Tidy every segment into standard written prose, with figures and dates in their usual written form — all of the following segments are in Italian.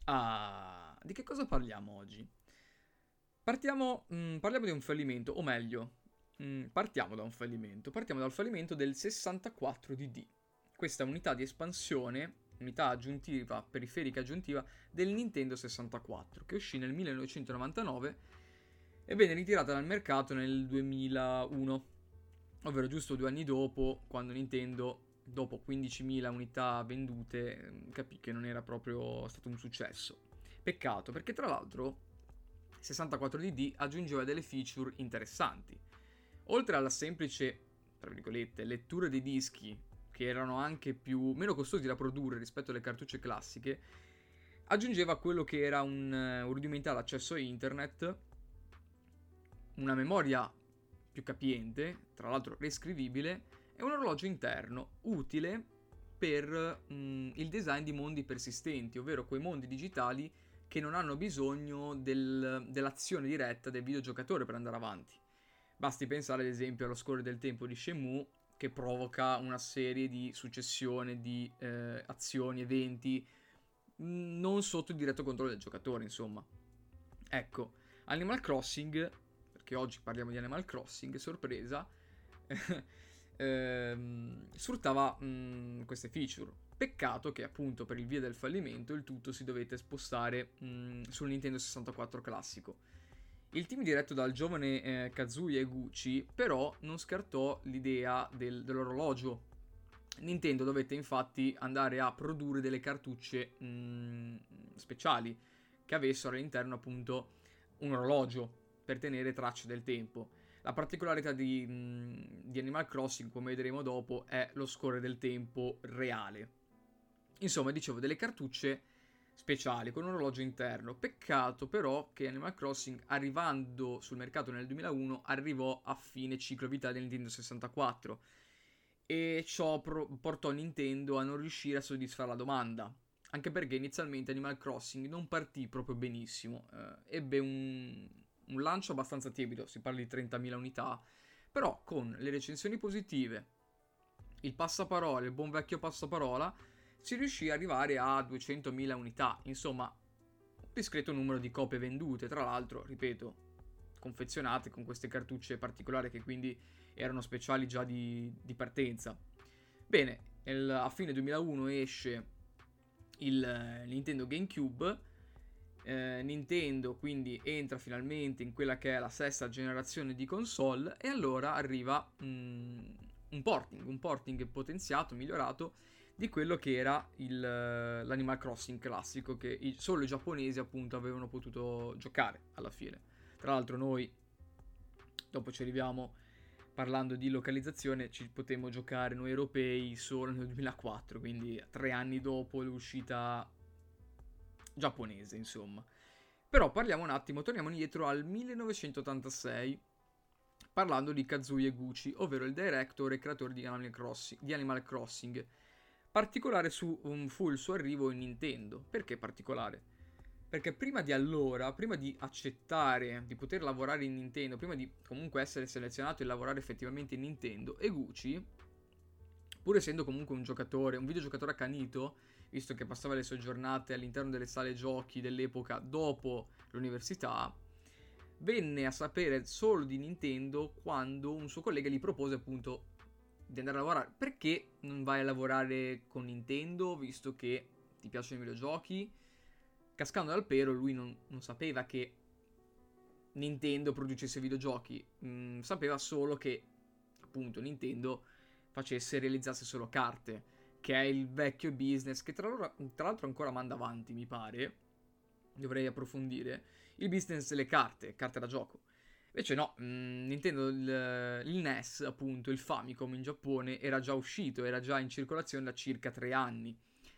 Ah, di che cosa parliamo oggi? Parliamo di un fallimento, o meglio, partiamo da un fallimento. Partiamo dal fallimento del 64 DD. Questa unità di espansione, unità aggiuntiva, periferica aggiuntiva del Nintendo 64, che uscì nel 1999 e venne ritirata dal mercato nel 2001, ovvero giusto 2 anni dopo, quando Nintendo, dopo 15.000 unità vendute, capì che non era proprio stato un successo. Peccato, perché tra l'altro 64DD aggiungeva delle feature interessanti. Oltre alla semplice, tra virgolette, lettura dei dischi, che erano anche meno costosi da produrre rispetto alle cartucce classiche, aggiungeva quello che era un rudimentale accesso a internet, una memoria più capiente, tra l'altro riscrivibile, e un orologio interno utile per il design di mondi persistenti, ovvero quei mondi digitali che non hanno bisogno dell'azione diretta del videogiocatore per andare avanti. Basti pensare ad esempio allo scorrere del tempo di Shenmue, che provoca una serie di successione di azioni, eventi, non sotto il diretto controllo del giocatore, insomma. Ecco, Animal Crossing, perché oggi parliamo di Animal Crossing, sorpresa, sfruttava queste feature. Peccato che appunto per il via del fallimento il tutto si dovette spostare sul Nintendo 64 classico. Il team diretto dal giovane Kazuya Eguchi però non scartò l'idea dell'orologio. Nintendo dovette infatti andare a produrre delle cartucce speciali che avessero all'interno appunto un orologio per tenere traccia del tempo. La particolarità di Animal Crossing, come vedremo dopo, è lo scorrere del tempo reale. Insomma, dicevo, delle cartucce speciali con un orologio interno. Peccato però che Animal Crossing, arrivando sul mercato nel 2001, arrivò a fine ciclo vitale del Nintendo 64 e ciò portò Nintendo a non riuscire a soddisfare la domanda. Anche perché inizialmente Animal Crossing non partì proprio benissimo, ebbe un lancio abbastanza tiepido, si parla di 30.000 unità, però con le recensioni positive, il passaparola, il buon vecchio passaparola, si riuscì ad arrivare a 200.000 unità, insomma, un discreto numero di copie vendute, tra l'altro, ripeto, confezionate con queste cartucce particolari che quindi erano speciali già di partenza. Bene, a fine 2001 esce il Nintendo GameCube. Nintendo quindi entra finalmente in quella che è la sesta generazione di console e allora arriva un porting potenziato, migliorato di quello che era l'Animal Crossing classico che solo i giapponesi appunto avevano potuto giocare alla fine. Tra l'altro noi, dopo ci arriviamo, parlando di localizzazione, ci potemmo giocare noi europei solo nel 2004, quindi 3 anni dopo l'uscita giapponese, insomma. Però parliamo un attimo, torniamo indietro al 1986, parlando di Kazuya Eguchi, ovvero il director e creatore di Animal Crossing. Particolare fu il suo arrivo in Nintendo. Perché particolare? Perché prima di allora, prima di accettare di poter lavorare in Nintendo, prima di comunque essere selezionato e lavorare effettivamente in Nintendo, Eguchi, pur essendo comunque un videogiocatore accanito, visto che passava le sue giornate all'interno delle sale giochi dell'epoca dopo l'università, venne a sapere solo di Nintendo quando un suo collega gli propose appunto di andare a lavorare. Perché non vai a lavorare con Nintendo, visto che ti piacciono i videogiochi? Cascando dal pero, lui non sapeva che Nintendo producesse videogiochi, sapeva solo che appunto Nintendo realizzasse solo carte, che è il vecchio business che tra l'altro ancora manda avanti, mi pare. Dovrei approfondire il business delle carte da gioco. Invece no, Nintendo, il NES, appunto, il Famicom in Giappone era già uscito, era già in circolazione da circa 3 anni.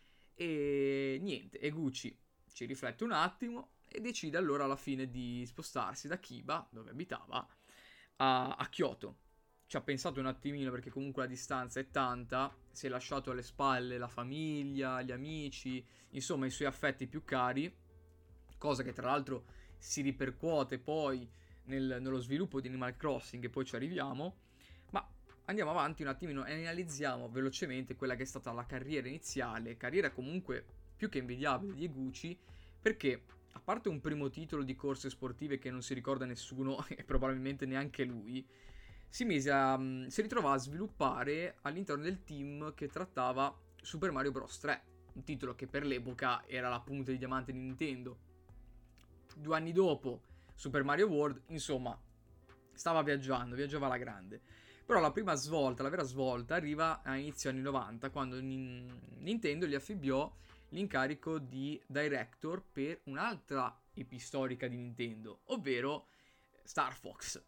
E niente, Eguchi ci riflette un attimo e decide allora alla fine di spostarsi da Kiba, dove abitava, a Kyoto. Ci ha pensato un attimino perché comunque la distanza è tanta, si è lasciato alle spalle la famiglia, gli amici, insomma i suoi affetti più cari, cosa che tra l'altro si ripercuote poi nello sviluppo di Animal Crossing e poi ci arriviamo, ma andiamo avanti un attimino e analizziamo velocemente quella che è stata la carriera iniziale, carriera comunque più che invidiabile di Eguchi, Perché, a parte un primo titolo di corse sportive che non si ricorda nessuno e probabilmente neanche lui, si ritrovò a sviluppare all'interno del team che trattava Super Mario Bros. 3, un titolo che per l'epoca era la punta di diamante di Nintendo. 2 anni dopo Super Mario World, insomma, viaggiava alla grande. Però la prima svolta, la vera svolta, arriva a inizio anni 90, quando Nintendo gli affibbiò l'incarico di director per un'altra IP storica di Nintendo, ovvero Star Fox.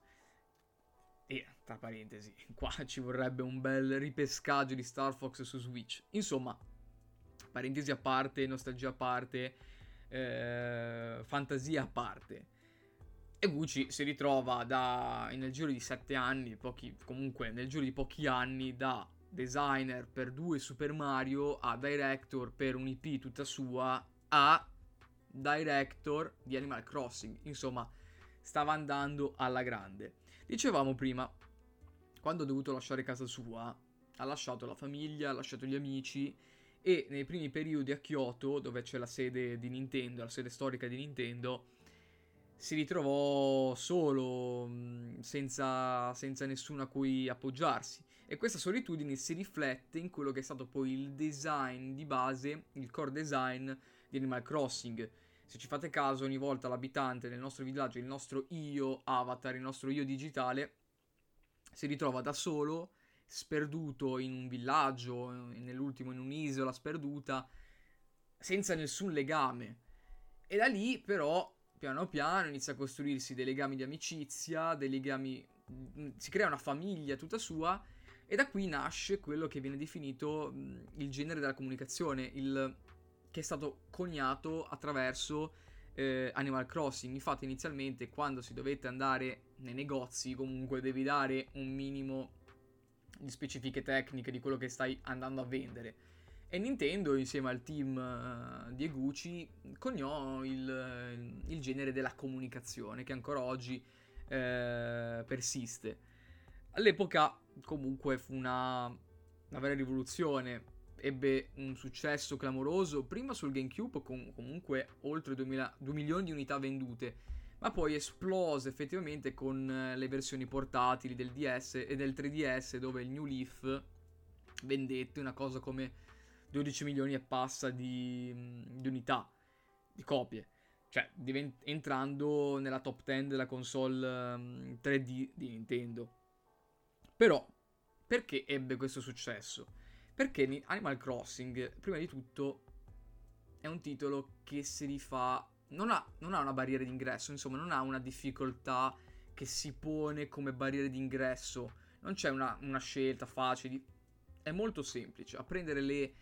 E, tra parentesi, qua ci vorrebbe un bel ripescaggio di Star Fox su Switch. Insomma, parentesi a parte, nostalgia a parte, fantasia a parte. Eguchi si ritrova nel giro di 7 anni, comunque nel giro di pochi anni, da designer per 2 Super Mario a director per un IP tutta sua a director di Animal Crossing. Insomma, stava andando alla grande. Dicevamo prima, quando ha dovuto lasciare casa sua, ha lasciato la famiglia, ha lasciato gli amici, e nei primi periodi a Kyoto, dove c'è la sede di Nintendo, la sede storica di Nintendo, si ritrovò solo, senza nessuno a cui appoggiarsi. E questa solitudine si riflette in quello che è stato poi il design di base, il core design di Animal Crossing. Se ci fate caso, ogni volta l'abitante del nostro villaggio, il nostro io avatar, il nostro io digitale, si ritrova da solo, sperduto in un villaggio, nell'ultimo in un'isola sperduta, senza nessun legame. E da lì però, piano piano, inizia a costruirsi dei legami di amicizia, si crea una famiglia tutta sua, e da qui nasce quello che viene definito il genere della comunicazione, che è stato coniato attraverso Animal Crossing. Infatti inizialmente, quando si dovette andare nei negozi, comunque devi dare un minimo di specifiche tecniche di quello che stai andando a vendere. E Nintendo, insieme al team di Eguchi, coniò il genere della comunicazione, che ancora oggi persiste. All'epoca comunque fu una vera rivoluzione. Ebbe un successo clamoroso, prima sul GameCube con comunque oltre 2 milioni di unità vendute, ma poi esplose effettivamente con le versioni portatili del DS e del 3DS, dove il New Leaf vendette una cosa come 12 milioni e passa di unità, di copie, cioè entrando nella top 10 della console 3D di Nintendo. Però, perché ebbe questo successo? Perché Animal Crossing, prima di tutto, è un titolo che si rifà, non ha una barriera d'ingresso, insomma, non ha una difficoltà che si pone come barriera d'ingresso, non c'è una scelta facile, è molto semplice. A prendere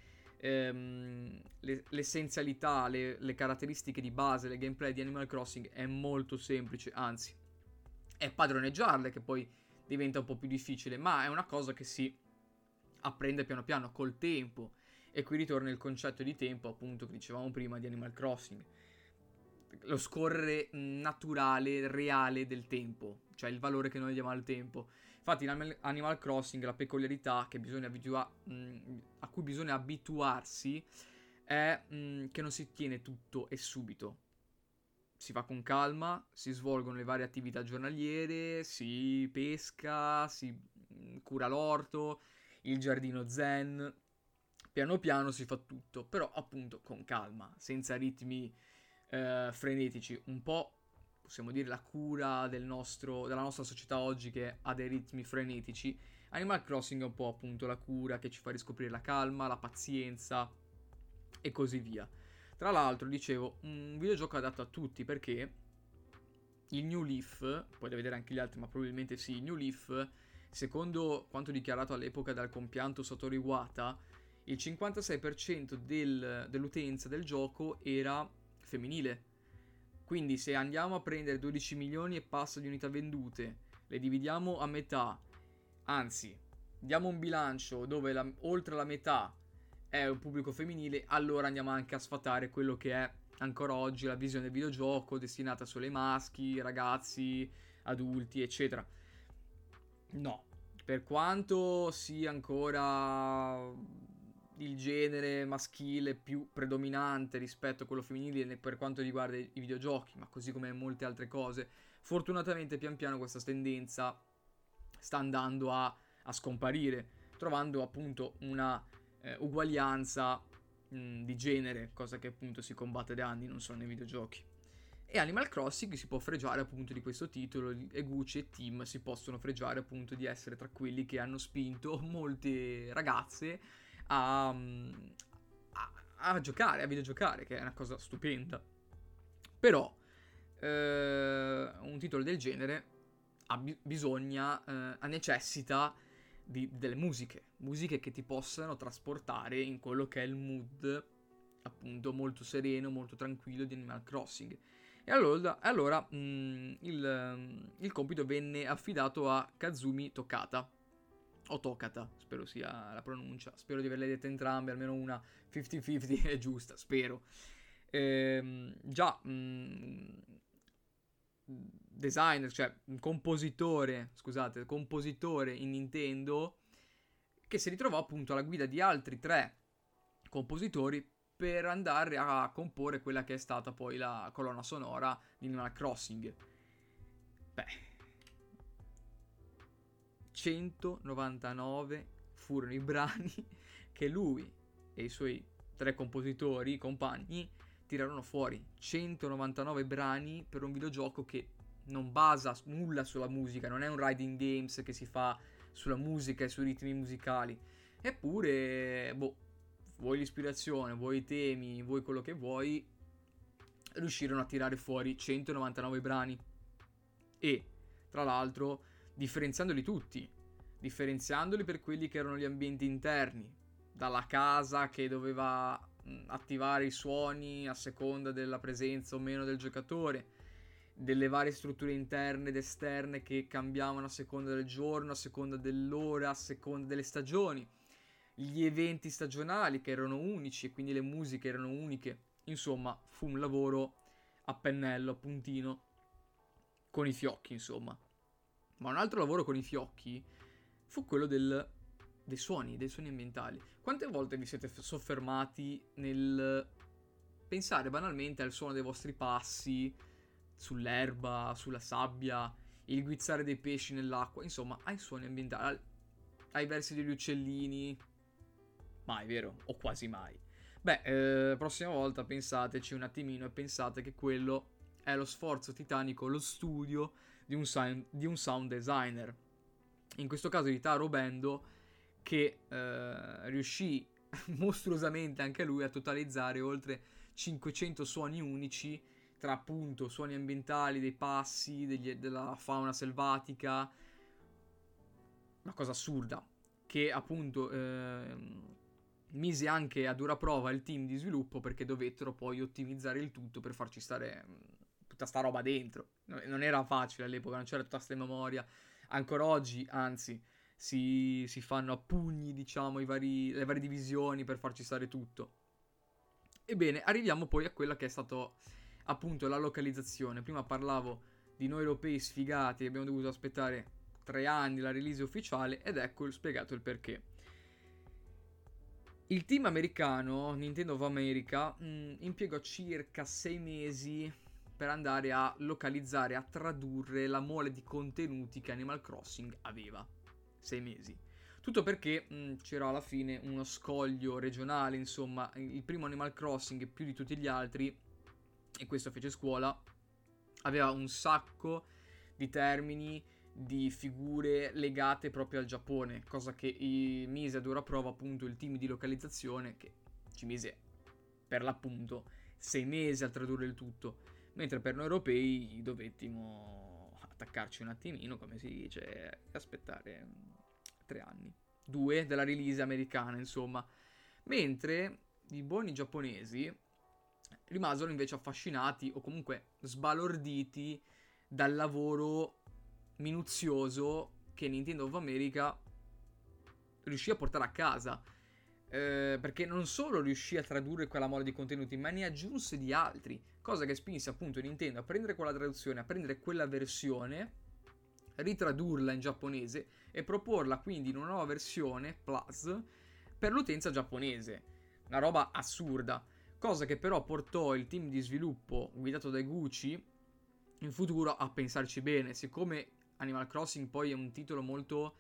l'essenzialità, le caratteristiche di base, le gameplay di Animal Crossing è molto semplice, anzi, è padroneggiarle che poi diventa un po' più difficile, ma è una cosa che si apprende piano piano col tempo. E qui ritorna il concetto di tempo, appunto, che dicevamo prima di Animal Crossing, lo scorrere naturale, reale del tempo, cioè il valore che noi diamo al tempo. Infatti in Animal Crossing la peculiarità che a cui bisogna abituarsi è che non si tiene tutto e subito. Si va con calma, si svolgono le varie attività giornaliere, si pesca, si cura l'orto, il giardino zen. Piano piano si fa tutto, però appunto con calma, senza ritmi frenetici. Un po', possiamo dire, la cura della nostra società oggi, che ha dei ritmi frenetici. Animal Crossing è un po' appunto la cura che ci fa riscoprire la calma, la pazienza e così via. Tra l'altro, dicevo, un videogioco adatto a tutti, perché il New Leaf, poi da vedere anche gli altri, ma probabilmente sì, il New Leaf, secondo quanto dichiarato all'epoca dal compianto Satoru Iwata, il 56% dell'utenza del gioco era femminile. Quindi se andiamo a prendere 12 milioni e passa di unità vendute, le dividiamo a metà, anzi, diamo un bilancio dove oltre la metà è un pubblico femminile, allora andiamo anche a sfatare quello che è ancora oggi la visione del videogioco destinata solo ai maschi, ragazzi, adulti, eccetera. No, per quanto sia ancora il genere maschile più predominante rispetto a quello femminile per quanto riguarda i videogiochi, ma così come molte altre cose. Fortunatamente pian piano questa tendenza sta andando a scomparire, trovando appunto una uguaglianza di genere, cosa che appunto si combatte da anni non solo nei videogiochi. E Animal Crossing si può fregiare appunto di questo titolo, e Gucci e Tim si possono fregiare appunto di essere tra quelli che hanno spinto molte ragazze a giocare, a videogiocare, che è una cosa stupenda. Però un titolo del genere necessita delle musiche che ti possano trasportare in quello che è il mood appunto molto sereno, molto tranquillo di Animal Crossing. E allora il compito venne affidato a Kazumi Tokata, o Tokata, spero sia la pronuncia, spero di averle dette entrambe, almeno una 50-50 è giusta, spero. Designer, cioè compositore in Nintendo, che si ritrovò appunto alla guida di altri 3 compositori per andare a comporre quella che è stata poi la colonna sonora di Animal Crossing. 199 furono i brani che lui e i suoi 3 compositori, compagni, tirarono fuori. 199 brani per un videogioco che non basa nulla sulla musica, non è un riding games che si fa sulla musica e sui ritmi musicali. Eppure, vuoi l'ispirazione, vuoi i temi, vuoi quello che vuoi, riuscirono a tirare fuori 199 brani. E, tra l'altro, differenziandoli per quelli che erano gli ambienti interni, dalla casa che doveva attivare i suoni a seconda della presenza o meno del giocatore, delle varie strutture interne ed esterne che cambiavano a seconda del giorno, a seconda dell'ora, a seconda delle stagioni, gli eventi stagionali che erano unici e quindi le musiche erano uniche. Insomma, fu un lavoro a pennello, a puntino, con i fiocchi, insomma. Ma un altro lavoro con i fiocchi fu quello dei suoni ambientali. Quante volte vi siete soffermati nel pensare banalmente al suono dei vostri passi sull'erba, sulla sabbia, il guizzare dei pesci nell'acqua, insomma, ai suoni ambientali, ai versi degli uccellini? Mai, vero? O quasi mai. Prossima volta pensateci un attimino e pensate che quello è lo sforzo titanico, lo studio di un sound designer. In questo caso di Taro Bendo, che riuscì mostruosamente anche lui a totalizzare oltre 500 suoni unici, tra appunto suoni ambientali, dei passi, della fauna selvatica. Una cosa assurda, che appunto mise anche a dura prova il team di sviluppo, perché dovettero poi ottimizzare il tutto per farci stare tutta sta roba dentro. Non era facile all'epoca, non c'era tutta sta memoria. Ancora oggi, anzi, si fanno a pugni, diciamo, le varie divisioni per farci stare tutto. Ebbene, arriviamo poi a quella che è stato appunto la localizzazione. Prima parlavo di noi europei sfigati, abbiamo dovuto aspettare 3 anni la release ufficiale, ed ecco spiegato il perché. Il team americano, Nintendo of America, impiegò circa 6 mesi per andare a localizzare, a tradurre la mole di contenuti che Animal Crossing aveva. 6 mesi. Tutto perché c'era alla fine uno scoglio regionale, insomma, il primo Animal Crossing più di tutti gli altri, e questo fece scuola, aveva un sacco di termini, di figure legate proprio al Giappone, cosa che mise a dura prova appunto il team di localizzazione, che ci mise per l'appunto 6 mesi a tradurre il tutto, mentre per noi europei dovettimo attaccarci un attimino, come si dice, e aspettare 3 anni, 2 della release americana, insomma. Mentre i buoni giapponesi rimasero invece affascinati o comunque sbalorditi dal lavoro minuzioso che Nintendo of America riuscì a portare a casa, perché non solo riuscì a tradurre quella mole di contenuti, ma ne aggiunse di altri, cosa che spinse appunto Nintendo a prendere quella traduzione, a prendere quella versione, ritradurla in giapponese e proporla quindi in una nuova versione Plus per l'utenza giapponese. Una roba assurda. Cosa che però portò il team di sviluppo guidato da Gucci in futuro a pensarci bene. Siccome Animal Crossing poi è un titolo molto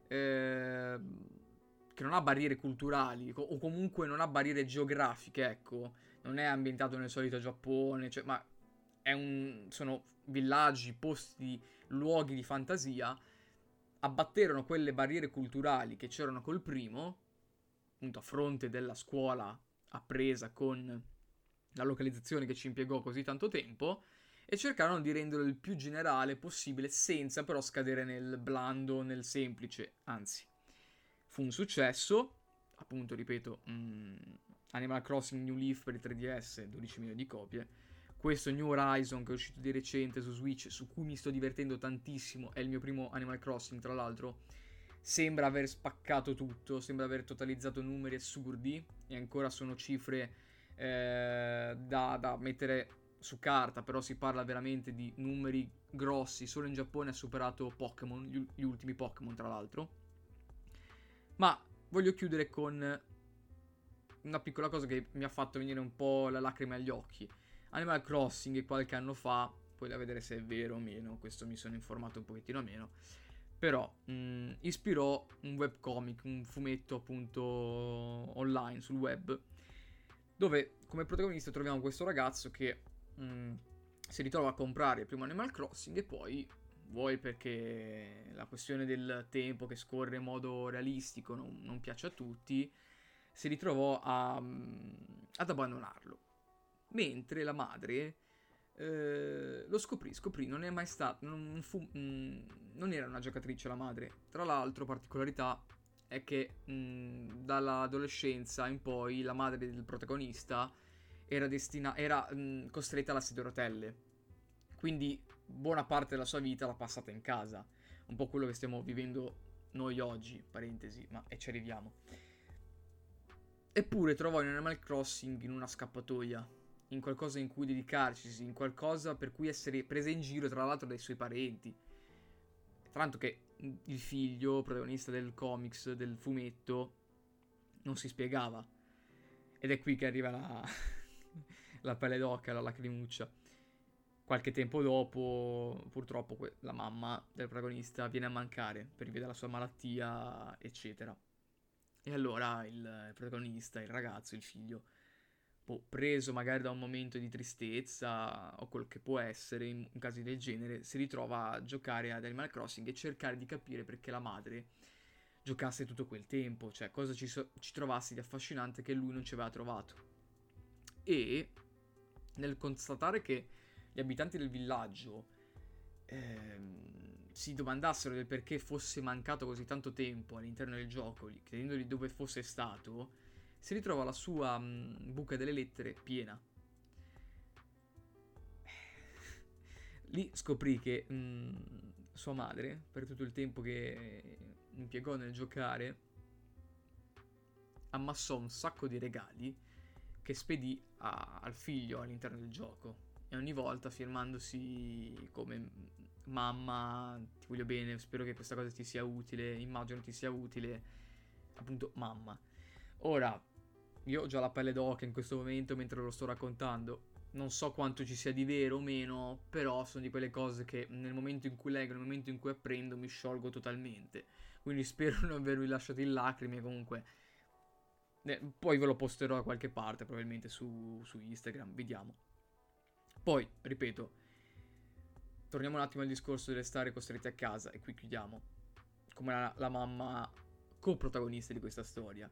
che non ha barriere culturali o comunque non ha barriere geografiche, ecco, non è ambientato nel solito Giappone, cioè, ma sono villaggi, posti, luoghi di fantasia. Abbatterono quelle barriere culturali che c'erano col primo, appunto a fronte della scuola appresa con la localizzazione che ci impiegò così tanto tempo, e cercarono di renderlo il più generale possibile senza però scadere nel blando, nel semplice. Anzi, fu un successo, appunto, ripeto, Animal Crossing New Leaf per il 3DS, 12 milioni di copie. Questo New Horizon che è uscito di recente su Switch, su cui mi sto divertendo tantissimo, è il mio primo Animal Crossing tra l'altro, sembra aver spaccato tutto, sembra aver totalizzato numeri assurdi, e ancora sono cifre da mettere su carta, però si parla veramente di numeri grossi. Solo in Giappone ha superato Pokémon, gli ultimi Pokémon tra l'altro. Ma voglio chiudere con una piccola cosa che mi ha fatto venire un po' la lacrima agli occhi. Animal Crossing qualche anno fa, poi da vedere se è vero o meno, questo mi sono informato un pochettino meno, però ispirò un webcomic, un fumetto appunto online sul web, dove come protagonista troviamo questo ragazzo che si ritrova a comprare il primo Animal Crossing e poi, vuoi perché la questione del tempo che scorre in modo realistico non piace a tutti, si ritrovò ad abbandonarlo. Mentre la madre lo scoprì, non è mai stato, non era una giocatrice la madre. Tra l'altro, particolarità è che dall'adolescenza in poi la madre del protagonista era costretta alla sedia a rotelle. Quindi buona parte della sua vita l'ha passata in casa. Un po' quello che stiamo vivendo noi oggi, parentesi, ma ci arriviamo. Eppure trovò in Animal Crossing in una scappatoia, in qualcosa in cui dedicarci, in qualcosa per cui essere presa in giro, tra l'altro, dai suoi parenti. Tra l'altro che il figlio, protagonista del comics, del fumetto, non si spiegava. Ed è qui che arriva la pelle d'oca, la lacrimuccia. Qualche tempo dopo, purtroppo, la mamma del protagonista viene a mancare per via della sua malattia, eccetera. E allora il protagonista, il ragazzo, il figlio, preso magari da un momento di tristezza o quel che può essere in casi del genere, si ritrova a giocare ad Animal Crossing e cercare di capire perché la madre giocasse tutto quel tempo, cioè cosa ci trovassi di affascinante che lui non ci aveva trovato. E nel constatare che gli abitanti del villaggio si domandassero del perché fosse mancato così tanto tempo all'interno del gioco, chiedendogli dove fosse stato, si ritrova la sua buca delle lettere piena. Lì scoprì che sua madre, per tutto il tempo che impiegò nel giocare, ammassò un sacco di regali che spedì al figlio all'interno del gioco. E ogni volta firmandosi come: mamma, ti voglio bene, spero che questa cosa ti sia utile, immagino ti sia utile, appunto, mamma. Ora, io ho già la pelle d'oca in questo momento mentre lo sto raccontando. Non so quanto ci sia di vero o meno, però sono di quelle cose che nel momento in cui leggo, nel momento in cui apprendo, mi sciolgo totalmente. Quindi spero di non avervi lasciato in lacrime. Comunque, poi ve lo posterò da qualche parte, probabilmente su Instagram, vediamo. Poi, ripeto, torniamo un attimo al discorso di restare costretti a casa, e qui chiudiamo. Come la mamma coprotagonista di questa storia.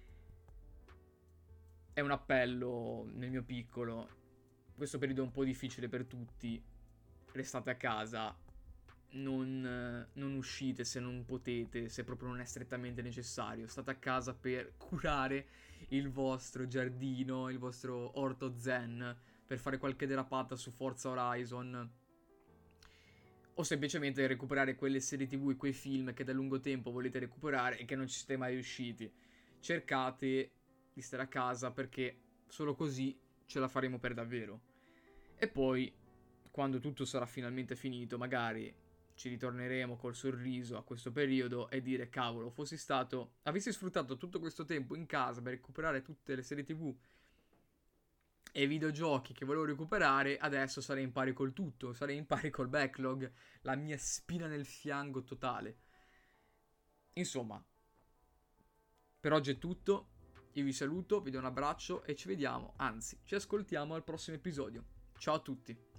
È un appello nel mio piccolo. Questo periodo è un po' difficile per tutti. Restate a casa. Non uscite se non potete, se proprio non è strettamente necessario. State a casa per curare il vostro giardino, il vostro orto zen, per fare qualche derapata su Forza Horizon, o semplicemente recuperare quelle serie TV e quei film che da lungo tempo volete recuperare e che non ci siete mai riusciti. Cercate di stare a casa, perché solo così ce la faremo per davvero. E poi, quando tutto sarà finalmente finito, magari ci ritorneremo col sorriso a questo periodo e dire cavolo, avessi sfruttato tutto questo tempo in casa per recuperare tutte le serie TV e i videogiochi che volevo recuperare, adesso sarei in pari col tutto, sarei in pari col backlog, la mia spina nel fianco totale. Insomma, per oggi è tutto, io vi saluto, vi do un abbraccio e ci vediamo, anzi, ci ascoltiamo al prossimo episodio. Ciao a tutti!